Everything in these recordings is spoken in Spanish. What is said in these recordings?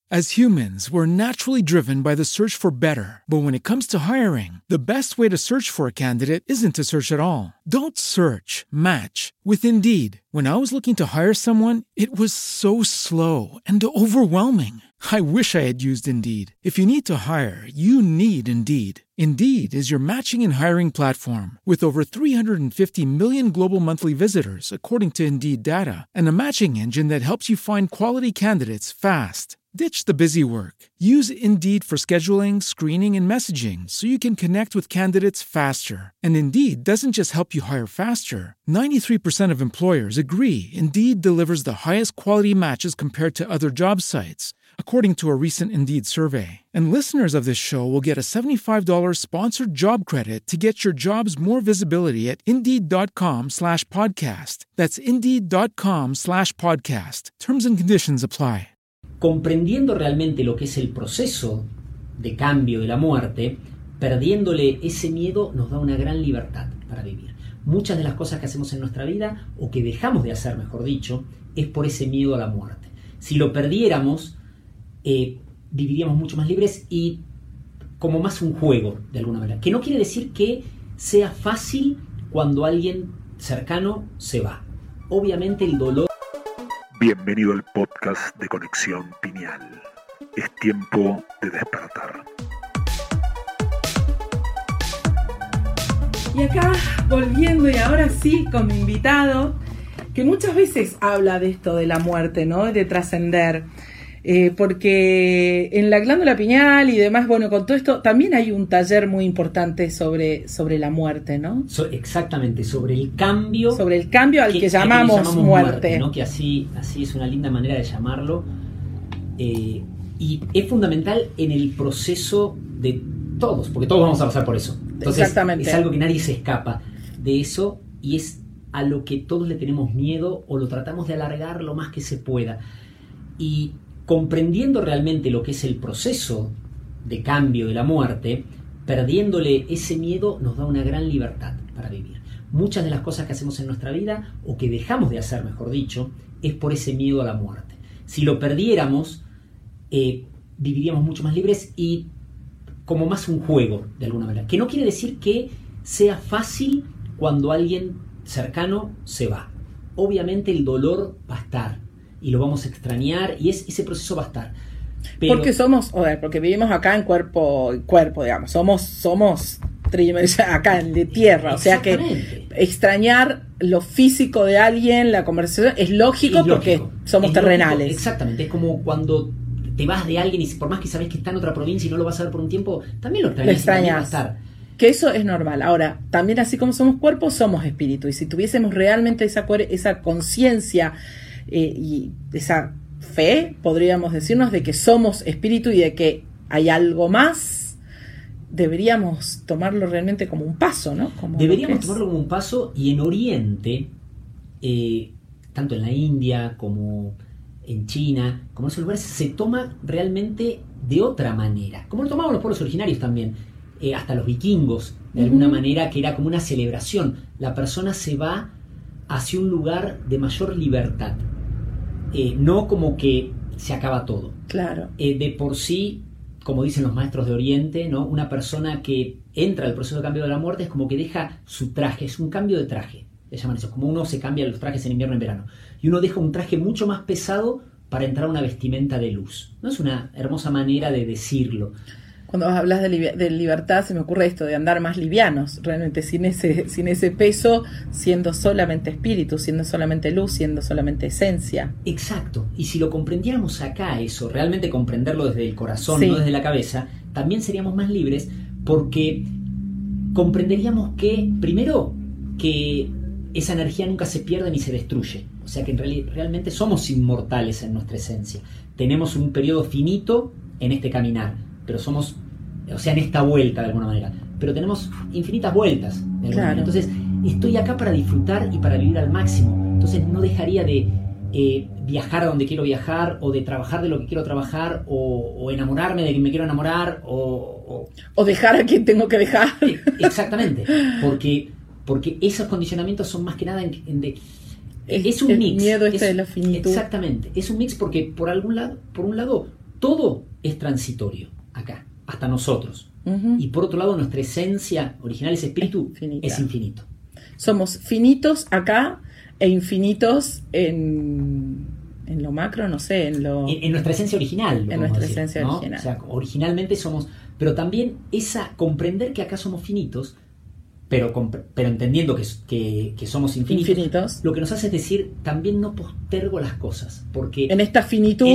As humans, we're naturally driven by the search for better. But when it comes to hiring, the best way to search for a candidate isn't to search at all. Don't search, match with Indeed. When I was looking to hire someone, it was so slow and overwhelming. I wish I had used Indeed. If you need to hire, you need Indeed. Indeed is your matching and hiring platform with over 350 million global monthly visitors, according to Indeed data, and a matching engine that helps you find quality candidates fast. Ditch the busy work. Use Indeed for scheduling, screening, and messaging so you can connect with candidates faster. And Indeed doesn't just help you hire faster. 93% of employers agree Indeed delivers the highest quality matches compared to other job sites, according to a recent Indeed survey. And listeners of this show will get a $75 sponsored job credit to get your jobs more visibility at Indeed.com/podcast. That's Indeed.com/podcast. Terms and conditions apply. Comprendiendo realmente lo que es el proceso de cambio de la muerte, perdiéndole ese miedo, nos da una gran libertad para vivir. Muchas de las cosas que hacemos en nuestra vida, o que dejamos de hacer, mejor dicho, es por ese miedo a la muerte. Si lo perdiéramos, viviríamos mucho más libres y como más un juego, de alguna manera. Que no quiere decir que sea fácil cuando alguien cercano se va. Obviamente el dolor... Bienvenido al podcast de Conexión Pineal. Es tiempo de despertar. Y acá, volviendo y ahora sí con mi invitado, que muchas veces habla de esto de la muerte, ¿no? De trascender. Porque en la glándula pineal y demás, bueno, con todo esto, también hay un taller muy importante sobre la muerte, ¿no? Exactamente, sobre el cambio. Sobre el cambio al que llamamos muerte. ¿No? Que así es una linda manera de llamarlo. Y es fundamental en el proceso de todos, porque todos vamos a pasar por eso. Entonces, exactamente. Es algo que nadie se escapa de eso y es a lo que todos le tenemos miedo o lo tratamos de alargar lo más que se pueda. Y comprendiendo realmente lo que es el proceso de cambio de la muerte, perdiéndole ese miedo, nos da una gran libertad para vivir. Muchas de las cosas que hacemos en nuestra vida, o que dejamos de hacer, mejor dicho, es por ese miedo a la muerte. Si lo perdiéramos, viviríamos mucho más libres y como más un juego, de alguna manera. Que no quiere decir que sea fácil cuando alguien cercano se va. Obviamente el dolor va a estar y lo vamos a extrañar y ese proceso va a estar. Pero... porque vivimos acá en cuerpo, digamos, somos acá de tierra, o sea que extrañar lo físico de alguien, la conversación, es lógico porque somos terrenales. Lógico, exactamente, es como cuando te vas de alguien y por más que sabes que está en otra provincia y no lo vas a ver por un tiempo, también lo extrañas. También va a estar. Que eso es normal. Ahora, también así como somos cuerpo, somos espíritu, y si tuviésemos realmente esa conciencia y esa fe, podríamos decirnos de que somos espíritu y de que hay algo más, deberíamos tomarlo realmente como un paso, ¿no? Deberíamos tomarlo como un paso, y en Oriente, tanto en la India como en China, como en esos lugares, se toma realmente de otra manera, como lo tomaban los pueblos originarios también, hasta los vikingos, de alguna manera, que era como una celebración. La persona se va hacia un lugar de mayor libertad. No como que se acaba todo. Claro. De por sí, como dicen los maestros de Oriente, ¿no? Una persona que entra al proceso de cambio de la muerte es como que deja su traje, es un cambio de traje, le llaman eso, como uno se cambia los trajes en invierno y en verano, y uno deja un traje mucho más pesado para entrar a una vestimenta de luz. ¿No? Es una hermosa manera de decirlo. Cuando hablas de libertad, se me ocurre esto de andar más livianos, realmente sin ese peso, siendo solamente espíritu, siendo solamente luz, siendo solamente esencia. Exacto. Y si lo comprendiéramos acá, eso, realmente comprenderlo desde el corazón, sí, no desde la cabeza, también seríamos más libres, porque comprenderíamos que, primero, que esa energía nunca se pierde ni se destruye. O sea que realmente somos inmortales en nuestra esencia. Tenemos un periodo finito en este caminar, pero somos, o sea, en esta vuelta de alguna manera, pero tenemos infinitas vueltas de alguna manera. Entonces estoy acá para disfrutar y para vivir al máximo. Entonces no dejaría de viajar a donde quiero viajar, o de trabajar de lo que quiero trabajar, o enamorarme de quien me quiero enamorar, o dejar a quien tengo que dejar. Exactamente, porque esos condicionamientos son más que nada es un mix. El miedo de la finitud. Exactamente, es un mix, porque por un lado todo es transitorio acá, hasta nosotros. Y por otro lado, nuestra esencia original, ese espíritu, es infinito. Somos finitos acá e infinitos en lo macro, no sé, en nuestra esencia original. En nuestra esencia original. O sea, originalmente somos... Pero también comprender que acá somos finitos, pero entendiendo que somos infinitos, lo que nos hace es decir, también no postergo las cosas, porque en esta finitud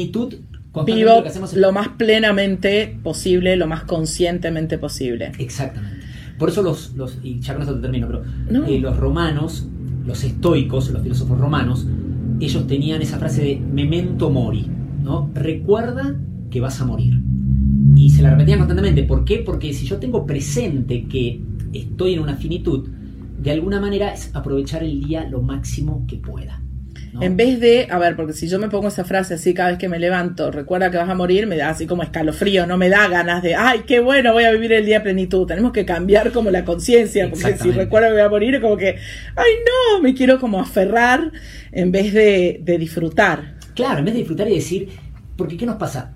vivo lo que hacemos lo más plenamente posible, lo más conscientemente posible. Exactamente. Por eso y ya con eso te termino, pero los romanos, los estoicos, los filósofos romanos, ellos tenían esa frase de memento mori, ¿no? Recuerda que vas a morir. Y se la repetían constantemente. ¿Por qué? Porque si yo tengo presente que estoy en una finitud, de alguna manera es aprovechar el día lo máximo que pueda, ¿no? En vez de, porque si yo me pongo esa frase así cada vez que me levanto, recuerda que vas a morir, me da así como escalofrío, no me da ganas de, ay, qué bueno, voy a vivir el día a plenitud. Tenemos que cambiar como la conciencia, porque si recuerdo que voy a morir, es como que, ay no, me quiero como aferrar en vez de disfrutar. Claro, en vez de disfrutar y decir, porque ¿qué nos pasa?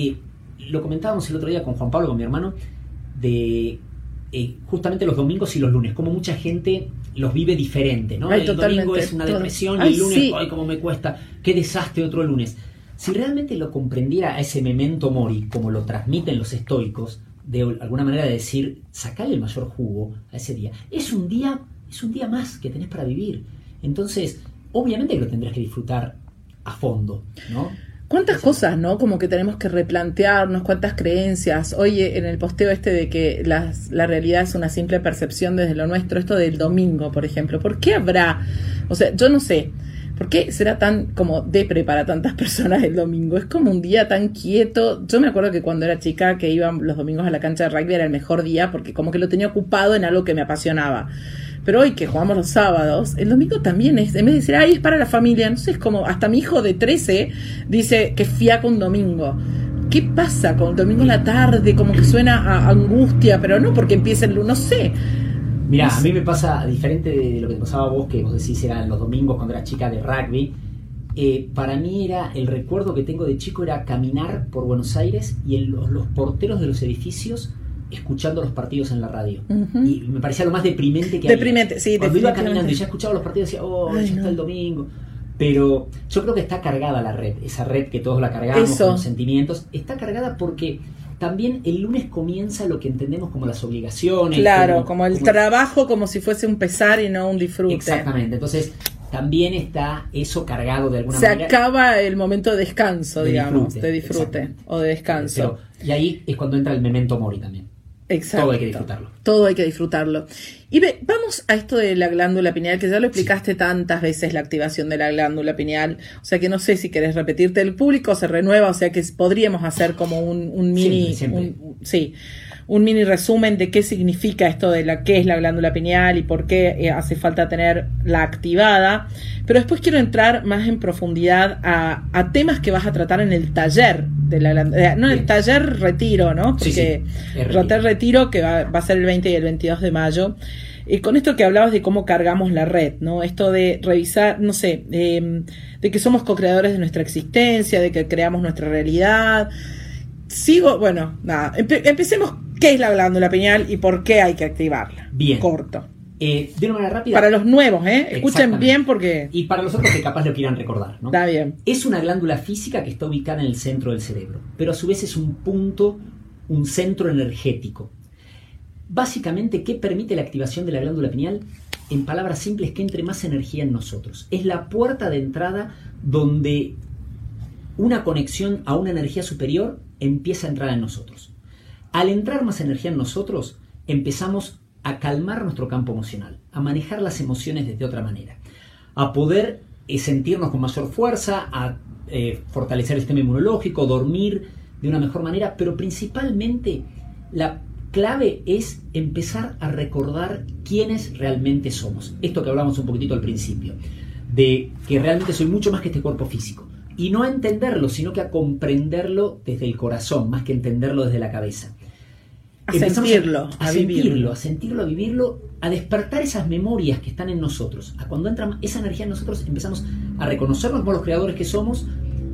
Lo comentábamos el otro día con Juan Pablo, con mi hermano, de justamente los domingos y los lunes, como mucha gente los vive diferente, ¿no? El domingo es una depresión y el lunes, ¡ay, cómo me cuesta! ¡Qué desastre otro lunes! Si realmente lo comprendiera a ese memento mori, como lo transmiten los estoicos, de alguna manera de decir, sacarle el mayor jugo a ese día, es un día más que tenés para vivir. Entonces, obviamente que lo tendrás que disfrutar a fondo, ¿no? ¿Cuántas cosas, no? Como que tenemos que replantearnos, cuántas creencias. Oye, en el posteo de que la realidad es una simple percepción desde lo nuestro, esto del domingo, por ejemplo. ¿Por qué habrá? O sea, yo no sé. ¿Por qué será tan como depre para tantas personas el domingo? Es como un día tan quieto. Yo me acuerdo que cuando era chica, que iba los domingos a la cancha de rugby, era el mejor día porque como que lo tenía ocupado en algo que me apasionaba. Pero hoy que jugamos los sábados, el domingo también es, en vez de decir, ay, es para la familia, no sé, es como, hasta mi hijo de 13 dice que fiaca un domingo. ¿Qué pasa con el domingo en la tarde? Como que suena a angustia, pero no porque empieza el lunes, no sé. Mirá, a mí me pasa, diferente de lo que te pasaba a vos, que vos decís eran los domingos cuando eras chica de rugby, para mí era, el recuerdo que tengo de chico era caminar por Buenos Aires y los porteros de los edificios escuchando los partidos en la radio. Y me parecía lo más deprimente que había. Sí, cuando iba caminando y ya escuchaba los partidos decía, ya está el domingo. Pero yo creo que está cargada la red, esa red que todos la cargamos con los sentimientos, está cargada porque también el lunes comienza lo que entendemos como las obligaciones. Claro, como el trabajo, como si fuese un pesar y no un disfrute. Exactamente, entonces también está eso cargado de alguna manera. Se acaba el momento de descanso, digamos, de disfrute o de descanso. Y ahí es cuando entra el memento mori también. Exacto. Todo hay que disfrutarlo. Todo hay que disfrutarlo. Y vamos a esto de la glándula pineal, que ya lo explicaste tantas veces, la activación de la glándula pineal. O sea que no sé si querés repetirte. El público se renueva, o sea que podríamos hacer como un mini... Siempre. Un mini resumen de qué significa esto de qué es la glándula pineal y por qué hace falta tenerla activada. Pero después quiero entrar más en profundidad a temas que vas a tratar en el taller de la glándula, no en el taller retiro, ¿no? Porque retiro que va a ser el 20 y el 22 de mayo. Con esto que hablabas de cómo cargamos la red, ¿no? Esto de revisar, no sé, de que somos co-creadores de nuestra existencia, de que creamos nuestra realidad. Empecemos. ¿Qué es la glándula pineal y por qué hay que activarla? Bien. Corto. De una manera rápida. Para los nuevos, escuchen bien porque... Y para los otros que capaz lo quieran recordar, ¿no? Está bien. Es una glándula física que está ubicada en el centro del cerebro, pero a su vez es un punto, un centro energético. Básicamente, ¿qué permite la activación de la glándula pineal? En palabras simples, que entre más energía en nosotros. Es la puerta de entrada donde una conexión a una energía superior empieza a entrar en nosotros. Al entrar más energía en nosotros, empezamos a calmar nuestro campo emocional, a manejar las emociones desde otra manera, a poder sentirnos con mayor fuerza, a fortalecer el sistema inmunológico, dormir de una mejor manera, pero principalmente la clave es empezar a recordar quiénes realmente somos. Esto que hablamos un poquitito al principio, de que realmente soy mucho más que este cuerpo físico. Y no a entenderlo, sino que a comprenderlo desde el corazón, más que entenderlo desde la cabeza. A sentirlo, a sentirlo, a vivirlo, a despertar esas memorias que están en nosotros. A cuando entra esa energía en nosotros, empezamos a reconocernos como los creadores que somos,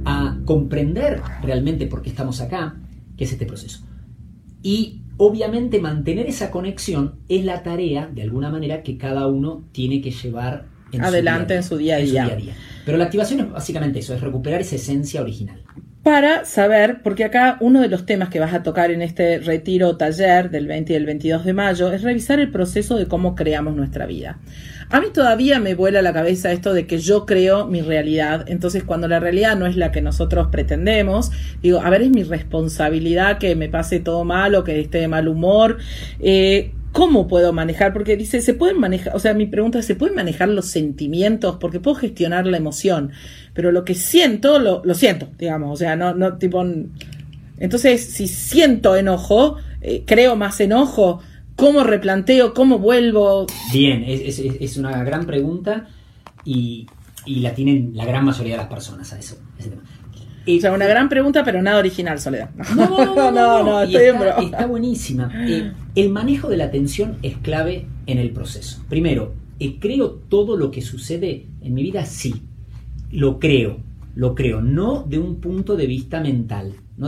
a comprender realmente por qué estamos acá, que es este proceso. Y obviamente mantener esa conexión es la tarea, de alguna manera, que cada uno tiene que llevar adelante en su día a día. Pero la activación es básicamente eso, es recuperar esa esencia original. Para saber, porque acá uno de los temas que vas a tocar en este retiro o taller del 20 y el 22 de mayo es revisar el proceso de cómo creamos nuestra vida. A mí todavía me vuela la cabeza esto de que yo creo mi realidad, entonces cuando la realidad no es la que nosotros pretendemos, digo, a ver, es mi responsabilidad que me pase todo mal o que esté de mal humor. ¿Cómo puedo manejar? Porque dice, ¿se pueden manejar? O sea, mi pregunta es, ¿se pueden manejar los sentimientos? Porque puedo gestionar la emoción, pero lo que siento, lo siento, digamos, o sea, no tipo... Entonces, si siento enojo, creo más enojo, ¿cómo replanteo? ¿Cómo vuelvo? Bien, es una gran pregunta y la tienen la gran mayoría de las personas a ese tema. O sea, una gran pregunta, pero nada original, Soledad. No, está buenísima. El manejo de la atención es clave en el proceso. Primero, ¿creo todo lo que sucede en mi vida? Sí, lo creo, no de un punto de vista mental, no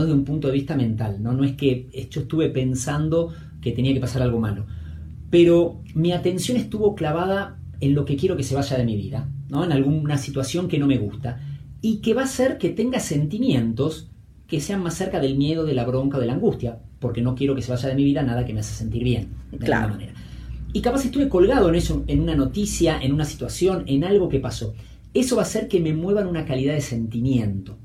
es que yo estuve pensando que tenía que pasar algo malo, pero mi atención estuvo clavada en lo que quiero que se vaya de mi vida, ¿no? En alguna situación que no me gusta, y que va a hacer que tenga sentimientos que sean más cerca del miedo, de la bronca o de la angustia, porque no quiero que se vaya de mi vida nada que me hace sentir bien, de alguna manera. Y capaz estuve colgado en eso, en una noticia, en una situación, en algo que pasó. Eso va a hacer que me mueva en una calidad de sentimiento.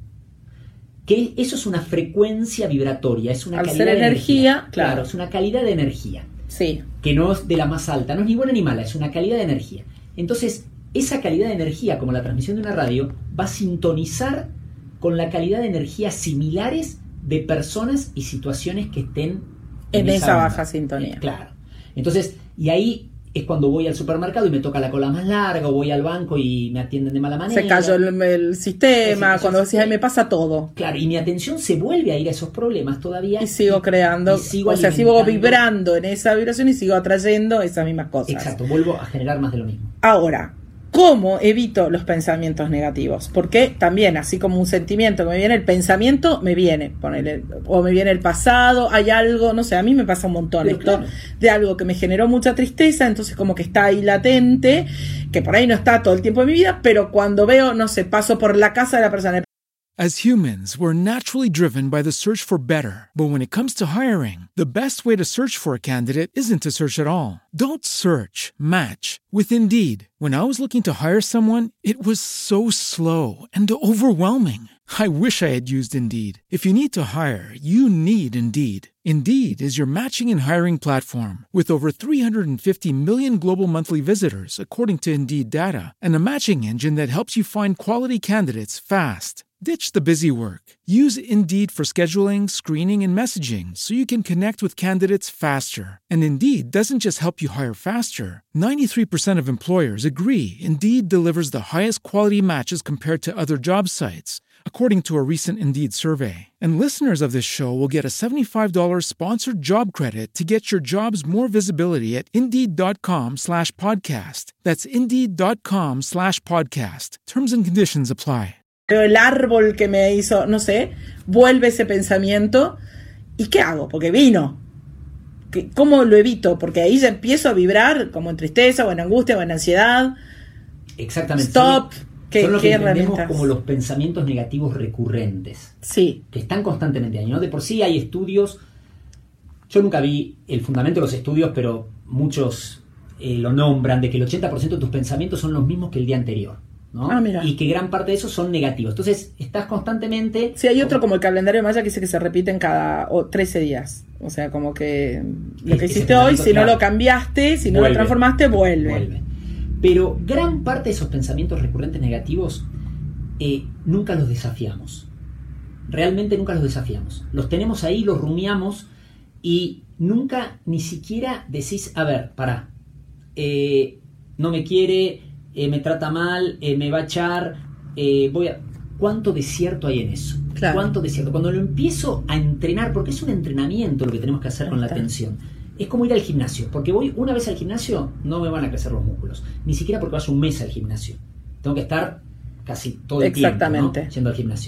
Que eso es una frecuencia vibratoria, es una calidad de energía. Claro, es una calidad de energía. Sí. Que no es de la más alta, no es ni buena ni mala, es una calidad de energía. Entonces, esa calidad de energía, como la transmisión de una radio, va a sintonizar con la calidad de energía similares de personas y situaciones que estén en esa baja sintonía. Claro. Entonces, y ahí es cuando voy al supermercado y me toca la cola más larga, o voy al banco y me atienden de mala manera. Se cayó el sistema, cuando decís, ay, me pasa todo. Claro, y mi atención se vuelve a ir a esos problemas todavía. Y sigo creando, sigo vibrando en esa vibración y sigo atrayendo esas mismas cosas. Exacto, vuelvo a generar más de lo mismo. Ahora, ¿cómo evito los pensamientos negativos? Porque también, así como un sentimiento que me viene, el pensamiento me viene, o me viene el pasado, hay algo, no sé, a mí me pasa un montón de algo que me generó mucha tristeza, entonces como que está ahí latente, que por ahí no está todo el tiempo de mi vida, pero cuando veo, no sé, paso por la casa de la persona. As humans, we're naturally driven by the search for better. But when it comes to hiring, the best way to search for a candidate isn't to search at all. Don't search, match with Indeed. When I was looking to hire someone, it was so slow and overwhelming. I wish I had used Indeed. If you need to hire, you need Indeed. Indeed is your matching and hiring platform with over 350 million global monthly visitors, according to Indeed data, and a matching engine that helps you find quality candidates fast. Ditch the busy work. Use Indeed for scheduling, screening, and messaging so you can connect with candidates faster. And Indeed doesn't just help you hire faster. 93% of employers agree Indeed delivers the highest quality matches compared to other job sites, according to a recent Indeed survey. And listeners of this show will get a $75 sponsored job credit to get your jobs more visibility at Indeed.com/podcast. That's Indeed.com/podcast. Terms and conditions apply. El árbol que me hizo, no sé, vuelve ese pensamiento. ¿Y qué hago? Porque vino. ¿Cómo lo evito? Porque ahí ya empiezo a vibrar como en tristeza o en angustia o en ansiedad. Exactamente. Stop. Son lo que entendemos como los pensamientos negativos recurrentes. Sí. Que están constantemente ahí, ¿no? De por sí hay estudios. Yo nunca vi el fundamento de los estudios, pero muchos lo nombran, de que el 80% de tus pensamientos son los mismos que el día anterior, ¿no? Mira. Y que gran parte de esos son negativos. Entonces, estás constantemente... Sí, hay otro como el calendario maya que dice que se repiten cada 13 días. O sea, como que lo que hiciste hoy, si no lo cambiaste, si no lo transformaste, vuelve. Pero gran parte de esos pensamientos recurrentes negativos nunca los desafiamos. Realmente nunca los desafiamos. Los tenemos ahí, los rumiamos y nunca ni siquiera decís, a ver, pará, no me quiere... me trata mal, me va a echar, ¿cuánto desierto hay en eso? Claro. ¿Cuánto desierto? Cuando lo empiezo a entrenar, porque es un entrenamiento lo que tenemos que hacer con la atención, es como ir al gimnasio, porque voy una vez al gimnasio, no me van a crecer los músculos, ni siquiera porque vaya un mes al gimnasio, tengo que estar casi todo el tiempo, ¿no? Yendo al gimnasio.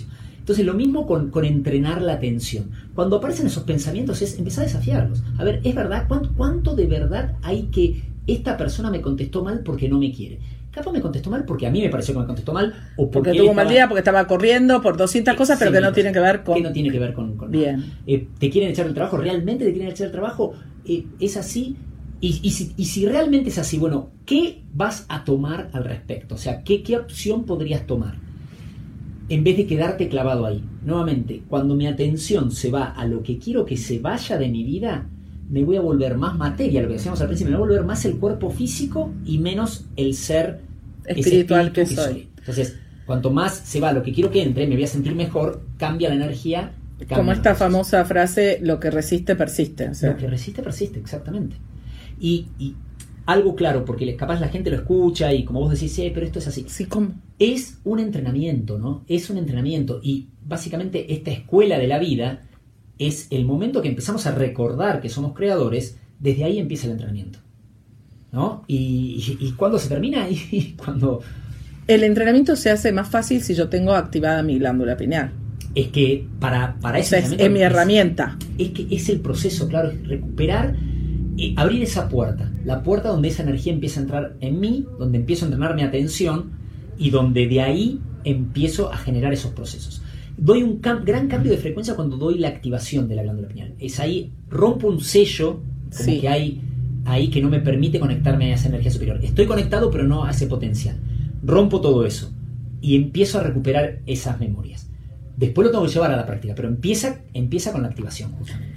Entonces lo mismo con entrenar la atención. Cuando aparecen esos pensamientos es empezar a desafiarlos. A ver, ¿es verdad? ¿Cuánto de verdad hay que esta persona me contestó mal porque no me quiere? Capaz me contestó mal porque a mí me pareció que me contestó mal, o porque tuvo un mal día, porque estaba corriendo por 200 cosas, pero que no tienen que ver con... Que no tiene que ver con bien. ¿Te quieren echar el trabajo? ¿Realmente te quieren echar el trabajo? ¿Es así? Y si realmente es así, bueno, ¿qué vas a tomar al respecto? O sea, ¿qué opción podrías tomar? En vez de quedarte clavado ahí. Nuevamente, cuando mi atención se va a lo que quiero que se vaya de mi vida, me voy a volver más materia, lo que decíamos al principio, me voy a volver más el cuerpo físico y menos el ser espiritual que soy. Entonces, cuanto más se va a lo que quiero que entre, me voy a sentir mejor, cambia la energía. Como esta famosa frase, lo que resiste, persiste. O sea. Lo que resiste, persiste, exactamente. Y algo claro, porque capaz la gente lo escucha y como vos decís, pero esto es así. Sí, ¿cómo? Es un entrenamiento, ¿no? Es un entrenamiento. Y básicamente esta escuela de la vida es el momento que empezamos a recordar que somos creadores, desde ahí empieza el entrenamiento, ¿no? Y ¿cuándo se termina? Y cuando... El entrenamiento se hace más fácil si yo tengo activada mi glándula pineal. Es que para eso... Es mi herramienta. Es que es el proceso, claro, es recuperar... abrir esa puerta, la puerta donde esa energía empieza a entrar en mí, donde empiezo a entrenar mi atención y donde de ahí empiezo a generar esos procesos. Doy un gran cambio de frecuencia cuando doy la activación de la glándula pineal. Es ahí, rompo un sello como que hay ahí que no me permite conectarme a esa energía superior. Estoy conectado pero no a ese potencial. Rompo todo eso y empiezo a recuperar esas memorias. Después lo tengo que llevar a la práctica, pero empieza con la activación justamente.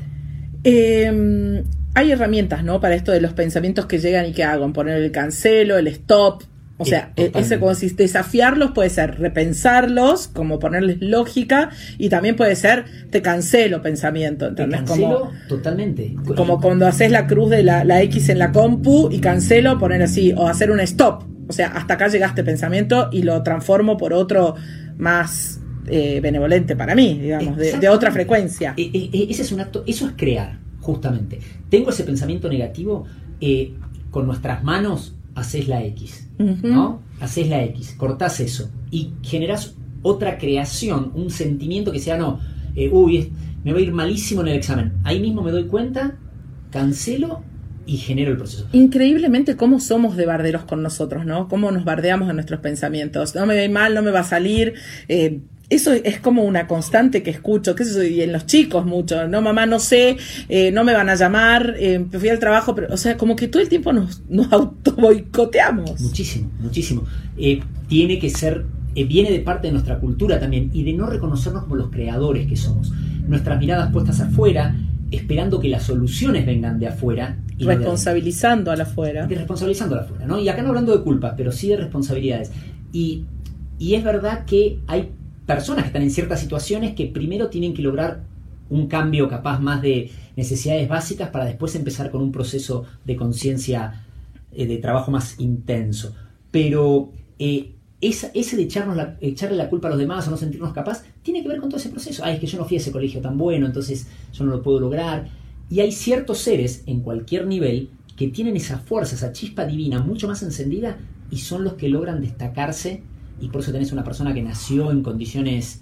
Hay herramientas, ¿no? Para esto de los pensamientos que llegan y que hago, poner el cancelo, el stop. O sea, ese consiste, desafiarlos puede ser repensarlos, como ponerles lógica, y también puede ser te cancelo pensamiento, ¿entendés? Te cancelo totalmente. Como cuando haces la cruz de la X en la compu y cancelo, poner así, o hacer un stop. O sea, hasta acá llegaste pensamiento y lo transformo por otro más benevolente para mí, digamos, de otra frecuencia. Ese es un acto, eso es crear, justamente. Tengo ese pensamiento negativo, con nuestras manos haces la X, ¿no? Haces la X, cortás eso y generás otra creación, un sentimiento que sea, me va a ir malísimo en el examen. Ahí mismo me doy cuenta, cancelo y genero el proceso. Increíblemente cómo somos de barderos con nosotros, ¿no? Cómo nos bardeamos en nuestros pensamientos. No me va mal, no me va a salir. Eso es como una constante que escucho, que eso, y en los chicos mucho, no mamá, no sé, no me van a llamar, fui al trabajo, pero, o sea, como que todo el tiempo nos auto boicoteamos. Muchísimo. Tiene que ser, viene de parte de nuestra cultura también, y de no reconocernos como los creadores que somos. Nuestras miradas puestas afuera, esperando que las soluciones vengan de afuera. Y responsabilizando a la afuera. Responsabilizando a la afuera, ¿no? Y acá no hablando de culpas, pero sí de responsabilidades. Y es verdad que hay personas que están en ciertas situaciones que primero tienen que lograr un cambio capaz más de necesidades básicas para después empezar con un proceso de conciencia, de trabajo más intenso. Pero ese de echarle la culpa a los demás o no sentirnos capaz tiene que ver con todo ese proceso. Es que yo no fui a ese colegio tan bueno, entonces yo no lo puedo lograr. Y hay ciertos seres en cualquier nivel que tienen esa fuerza, esa chispa divina mucho más encendida y son los que logran destacarse. Y por eso tenés una persona que nació en condiciones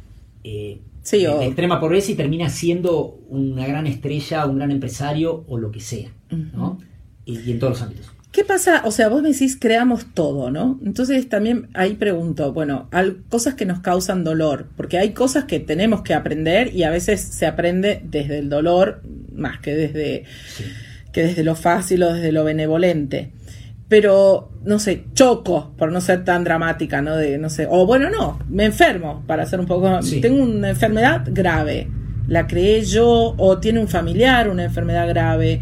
de extrema pobreza y termina siendo una gran estrella, un gran empresario o lo que sea, ¿no? Y en todos los ámbitos. ¿Qué pasa? O sea, vos me decís creamos todo, ¿no? Entonces también ahí pregunto, bueno, hay cosas que nos causan dolor, porque hay cosas que tenemos que aprender y a veces se aprende desde el dolor más que desde lo fácil o desde lo benevolente. Pero, no sé, choco, por no ser tan dramática, ¿no? Me enfermo, para ser un poco... Sí. Tengo una enfermedad grave, la creé yo, o tiene un familiar una enfermedad grave.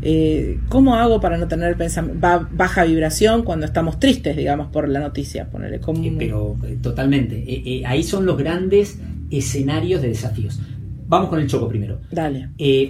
¿Cómo hago para no tener baja vibración cuando estamos tristes, digamos, por la noticia? Pero totalmente. Ahí son los grandes escenarios de desafíos. Vamos con el choco primero. Dale.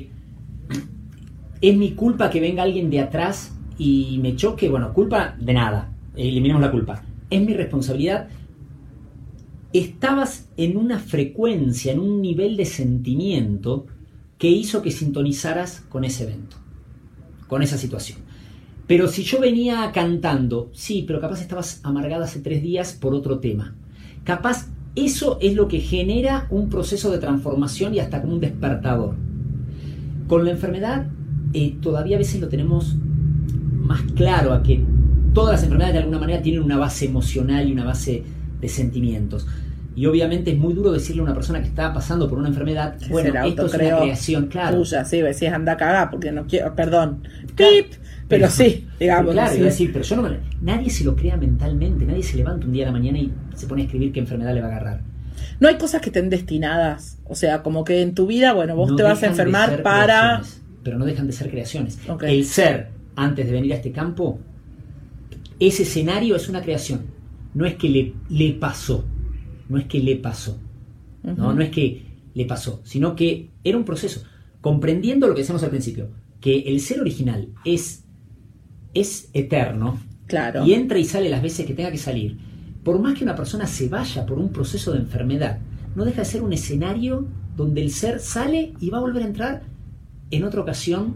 ¿Es mi culpa que venga alguien de atrás y me choque? Bueno, culpa de nada, eliminemos la culpa. Es mi responsabilidad. Estabas en una frecuencia, en un nivel de sentimiento que hizo que sintonizaras con ese evento, con esa situación. Pero si yo venía cantando, sí, pero capaz estabas amargada hace 3 días por otro tema. Capaz eso es lo que genera un proceso de transformación y hasta como un despertador. Con la enfermedad todavía a veces lo tenemos más claro, a que todas las enfermedades de alguna manera tienen una base emocional y una base de sentimientos. Y obviamente es muy duro decirle a una persona que está pasando por una enfermedad, bueno, esto es una creación, claro. Tuya, sí, decías anda a cagar porque no quiero, perdón, ¡pip! Pero sí, digamos. Claro, sí. iba a decir, pero nadie se lo crea mentalmente, nadie se levanta un día a la mañana y se pone a escribir qué enfermedad le va a agarrar. No hay cosas que estén destinadas, o sea, como que en tu vida, bueno, vos te vas a enfermar para... Pero no dejan de ser creaciones. Okay. El ser, antes de venir a este campo, ese escenario es una creación. No es que le pasó. No es que le pasó. Uh-huh. No es que le pasó, sino que era un proceso. Comprendiendo lo que decíamos al principio, que el ser original es eterno. Claro. Y entra y sale las veces que tenga que salir. Por más que una persona se vaya por un proceso de enfermedad, no deja de ser un escenario donde el ser sale y va a volver a entrar en otra ocasión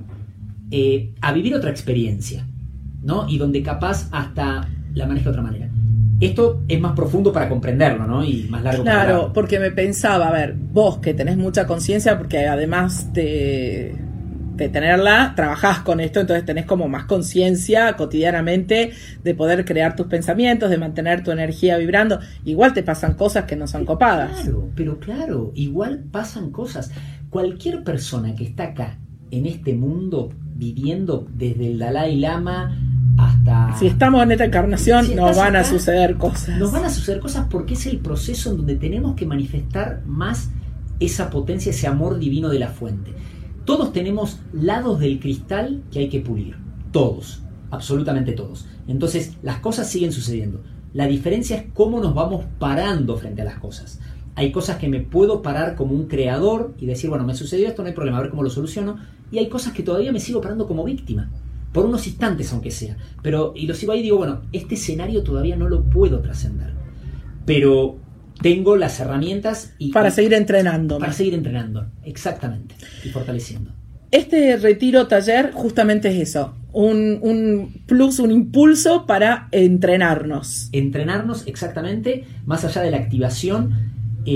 a vivir otra experiencia, ¿no? Y donde capaz hasta la maneja de otra manera. Esto es más profundo para comprenderlo, ¿no? Y más largo para Claro, porque me pensaba, a ver, vos que tenés mucha conciencia, porque además de tenerla, trabajás con esto, entonces tenés como más conciencia cotidianamente de poder crear tus pensamientos, de mantener tu energía vibrando. Igual te pasan cosas que no son copadas. Claro, pero claro, igual pasan cosas. Cualquier persona que está acá, en este mundo, viviendo desde el Dalai Lama hasta... Si estamos en esta encarnación, nos van a suceder cosas. Nos van a suceder cosas porque es el proceso en donde tenemos que manifestar más esa potencia, ese amor divino de la fuente. Todos tenemos lados del cristal que hay que pulir. Todos, absolutamente todos. Entonces, las cosas siguen sucediendo. La diferencia es cómo nos vamos parando frente a las cosas. Hay cosas que me puedo parar como un creador y decir, bueno, me sucedió esto, no hay problema, a ver cómo lo soluciono. Y hay cosas que todavía me sigo parando como víctima. Por unos instantes, aunque sea. Y lo sigo ahí y digo, bueno, este escenario todavía no lo puedo trascender. Pero tengo las herramientas para seguir entrenando. Para seguir entrenando, exactamente. Y fortaleciendo. Este retiro taller justamente es eso. Un plus, un impulso para entrenarnos. Entrenarnos, exactamente. Más allá de la activación,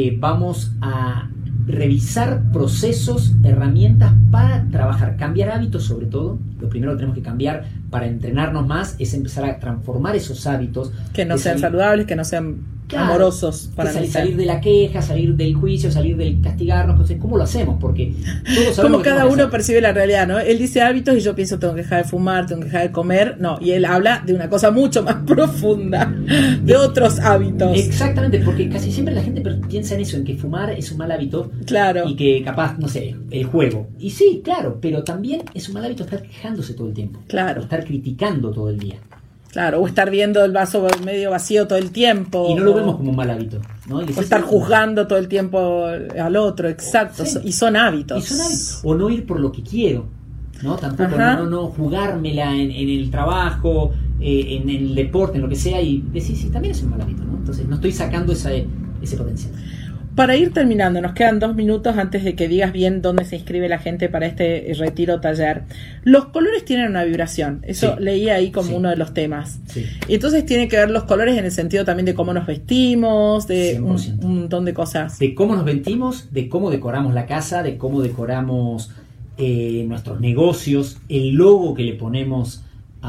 vamos a revisar procesos, herramientas para trabajar, cambiar hábitos sobre todo. Lo primero que tenemos que cambiar para entrenarnos más es empezar a transformar esos hábitos. Que no sean saludables, que no sean amorosos para salir de la queja, salir del juicio, salir del castigarnos. ¿Cómo lo hacemos? Porque todos sabemos como cada uno percibe la realidad, ¿no? Él dice hábitos y yo pienso tengo que dejar de fumar, tengo que dejar de comer. No, y él habla de una cosa mucho más profunda, de otros hábitos. Exactamente, porque casi siempre la gente piensa en eso, en que fumar es un mal hábito. Claro. Y que capaz, no sé, el juego. Y sí, claro, pero también es un mal hábito estar quejándose todo el tiempo. Claro. Estar criticando todo el día. Claro, o estar viendo el vaso medio vacío todo el tiempo. Y no lo vemos como un mal hábito, ¿no? O estar juzgando todo el tiempo al otro, exacto. Sí. Y son hábitos. O no ir por lo que quiero, ¿no? Tampoco no jugármela en el trabajo, en el deporte, en lo que sea, y decir, sí, también es un mal hábito, ¿no? Entonces no estoy sacando ese potencial. Para ir terminando, nos quedan 2 minutos antes de que digas bien dónde se inscribe la gente para este retiro taller. Los colores tienen una vibración, eso sí. Leí ahí como uno de los temas. Sí. Y entonces tiene que ver los colores en el sentido también de cómo nos vestimos, de un montón de cosas. De cómo nos vestimos, de cómo decoramos la casa, de cómo decoramos nuestros negocios, el logo que le ponemos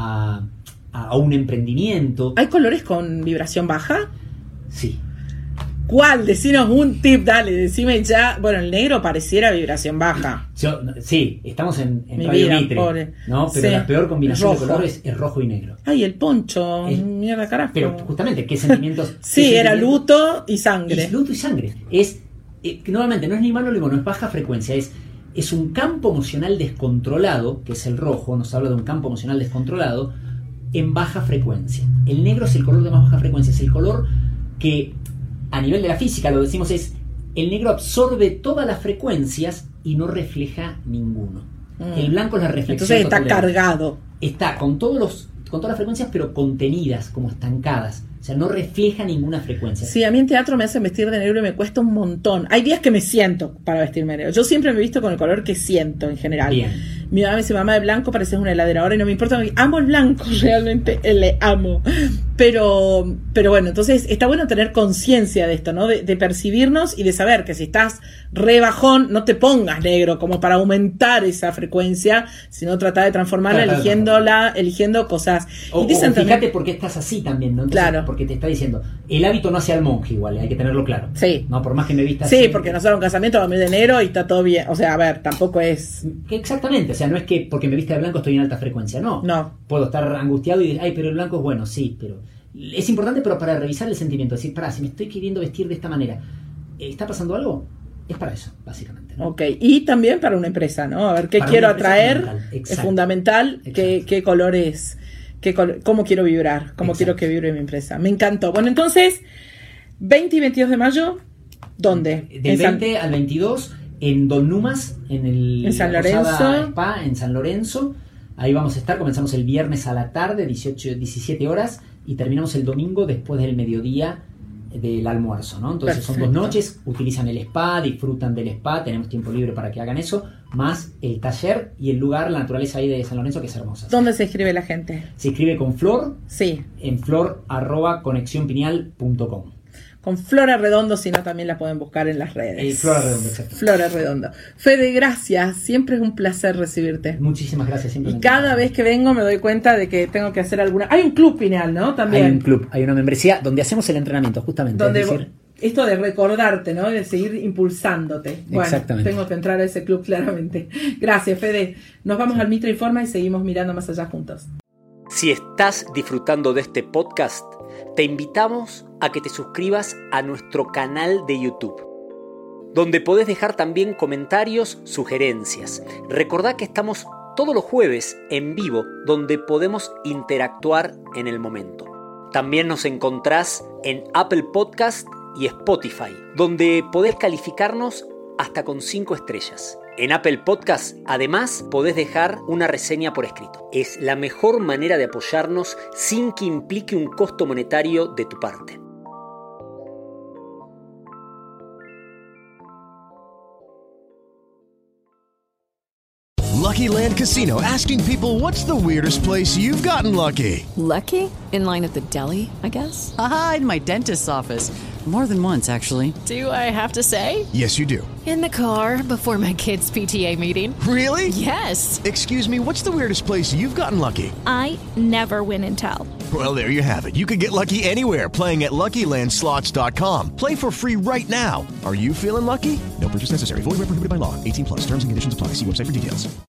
a un emprendimiento. ¿Hay colores con vibración baja? Sí. ¿Cuál? Decinos un tip, dale, decime ya. Bueno, el negro pareciera vibración baja. Sí, estamos en Radio Mitre, ¿no? Pero la peor combinación de colores es rojo y negro. Ay, el poncho, mierda carajo. Pero justamente, ¿qué sentimientos? Sí, era luto y sangre. Luto y sangre. Nuevamente, no es ni malo ni bueno, es baja frecuencia, es un campo emocional descontrolado, que es el rojo, nos habla de un campo emocional descontrolado, en baja frecuencia. El negro es el color de más baja frecuencia, es el color que... A nivel de la física, lo decimos, es el negro absorbe todas las frecuencias y no refleja ninguno. El blanco es la reflexión. Entonces está cargado. Está con todas las frecuencias, pero contenidas, como estancadas. O sea, no refleja ninguna frecuencia. Sí, a mí en teatro me hacen vestir de negro y me cuesta un montón. Hay días que me siento para vestirme de negro. Yo siempre me he visto con el color que siento en general. Bien. Mi mamá me dice, mamá, de blanco pareces una heladera. Ahora y no me importa, amo el blanco, realmente le amo. Pero bueno, entonces está bueno tener conciencia de esto, ¿no? De percibirnos y de saber que si estás re bajón, no te pongas negro como para aumentar esa frecuencia, sino tratar de transformarla eligiendo cosas. O fíjate también, por qué estás así también, ¿no? Entonces, claro. Porque te está diciendo, el hábito no hace al monje igual, hay que tenerlo claro. Sí. No, por más que me vistas. Sí, porque nosotros en un casamiento vamos de negro y está todo bien. O sea, a ver, tampoco es. Exactamente, o sea, no es que porque me vista de blanco estoy en alta frecuencia, no. Puedo estar angustiado y decir, ay, pero el blanco es bueno, sí, pero es importante, pero para revisar el sentimiento, decir, si me estoy queriendo vestir de esta manera, ¿está pasando algo? Es para eso, básicamente, ¿no? Ok, y también para una empresa, ¿no? A ver, ¿qué quiero atraer? Es fundamental. ¿Qué colores? ¿Cómo quiero vibrar? ¿Cómo quiero que vibre mi empresa? Me encantó. Bueno, entonces, 20 y 22 de mayo, ¿dónde? Del 20 al 22, en Don Numas, en San Lorenzo. Spa, en San Lorenzo. Ahí vamos a estar, comenzamos el viernes a la tarde, 17 horas, y terminamos el domingo después del mediodía del almuerzo, ¿no? Entonces Perfecto. Son 2 noches, utilizan el spa, disfrutan del spa, tenemos tiempo libre para que hagan eso, más el taller y el lugar, la naturaleza ahí de San Lorenzo, que es hermosa. ¿Dónde se inscribe la gente? Se inscribe con Flor, sí, en flor@conexionpineal.com. Con Flora Redondo, si no también la pueden buscar en las redes. Flora Redondo, exacto. Flora Redondo. Fede, gracias. Siempre es un placer recibirte. Muchísimas gracias. Siempre. Y cada vez que vengo me doy cuenta de que tengo que hacer alguna. Hay un club pineal, ¿no? También. Hay un club, hay una membresía donde hacemos el entrenamiento, justamente. Donde esto de recordarte, ¿no? De seguir impulsándote. Bueno, exactamente. Tengo que entrar a ese club claramente. Gracias, Fede. Nos vamos al Mitra Informa y seguimos mirando más allá juntos. Si estás disfrutando de este podcast, te invitamos a que te suscribas a nuestro canal de YouTube, donde podés dejar también comentarios, sugerencias. Recordá que estamos todos los jueves en vivo, donde podemos interactuar en el momento. También nos encontrás en Apple Podcast y Spotify, donde podés calificarnos hasta con 5 estrellas. En Apple Podcast, además, podés dejar una reseña por escrito. Es la mejor manera de apoyarnos sin que implique un costo monetario de tu parte. Lucky Land Casino, asking people, what's the weirdest place you've gotten lucky? Lucky? In line at the deli, I guess? Aha, in my dentist's office. More than once, actually. Do I have to say? Yes, you do. In the car before my kids' PTA meeting. Really? Yes. Excuse me, what's the weirdest place you've gotten lucky? I never win and tell. Well, there you have it. You can get lucky anywhere, playing at LuckyLandSlots.com. Play for free right now. Are you feeling lucky? No purchase necessary. Void where prohibited by law. 18+. Terms and conditions apply. See website for details.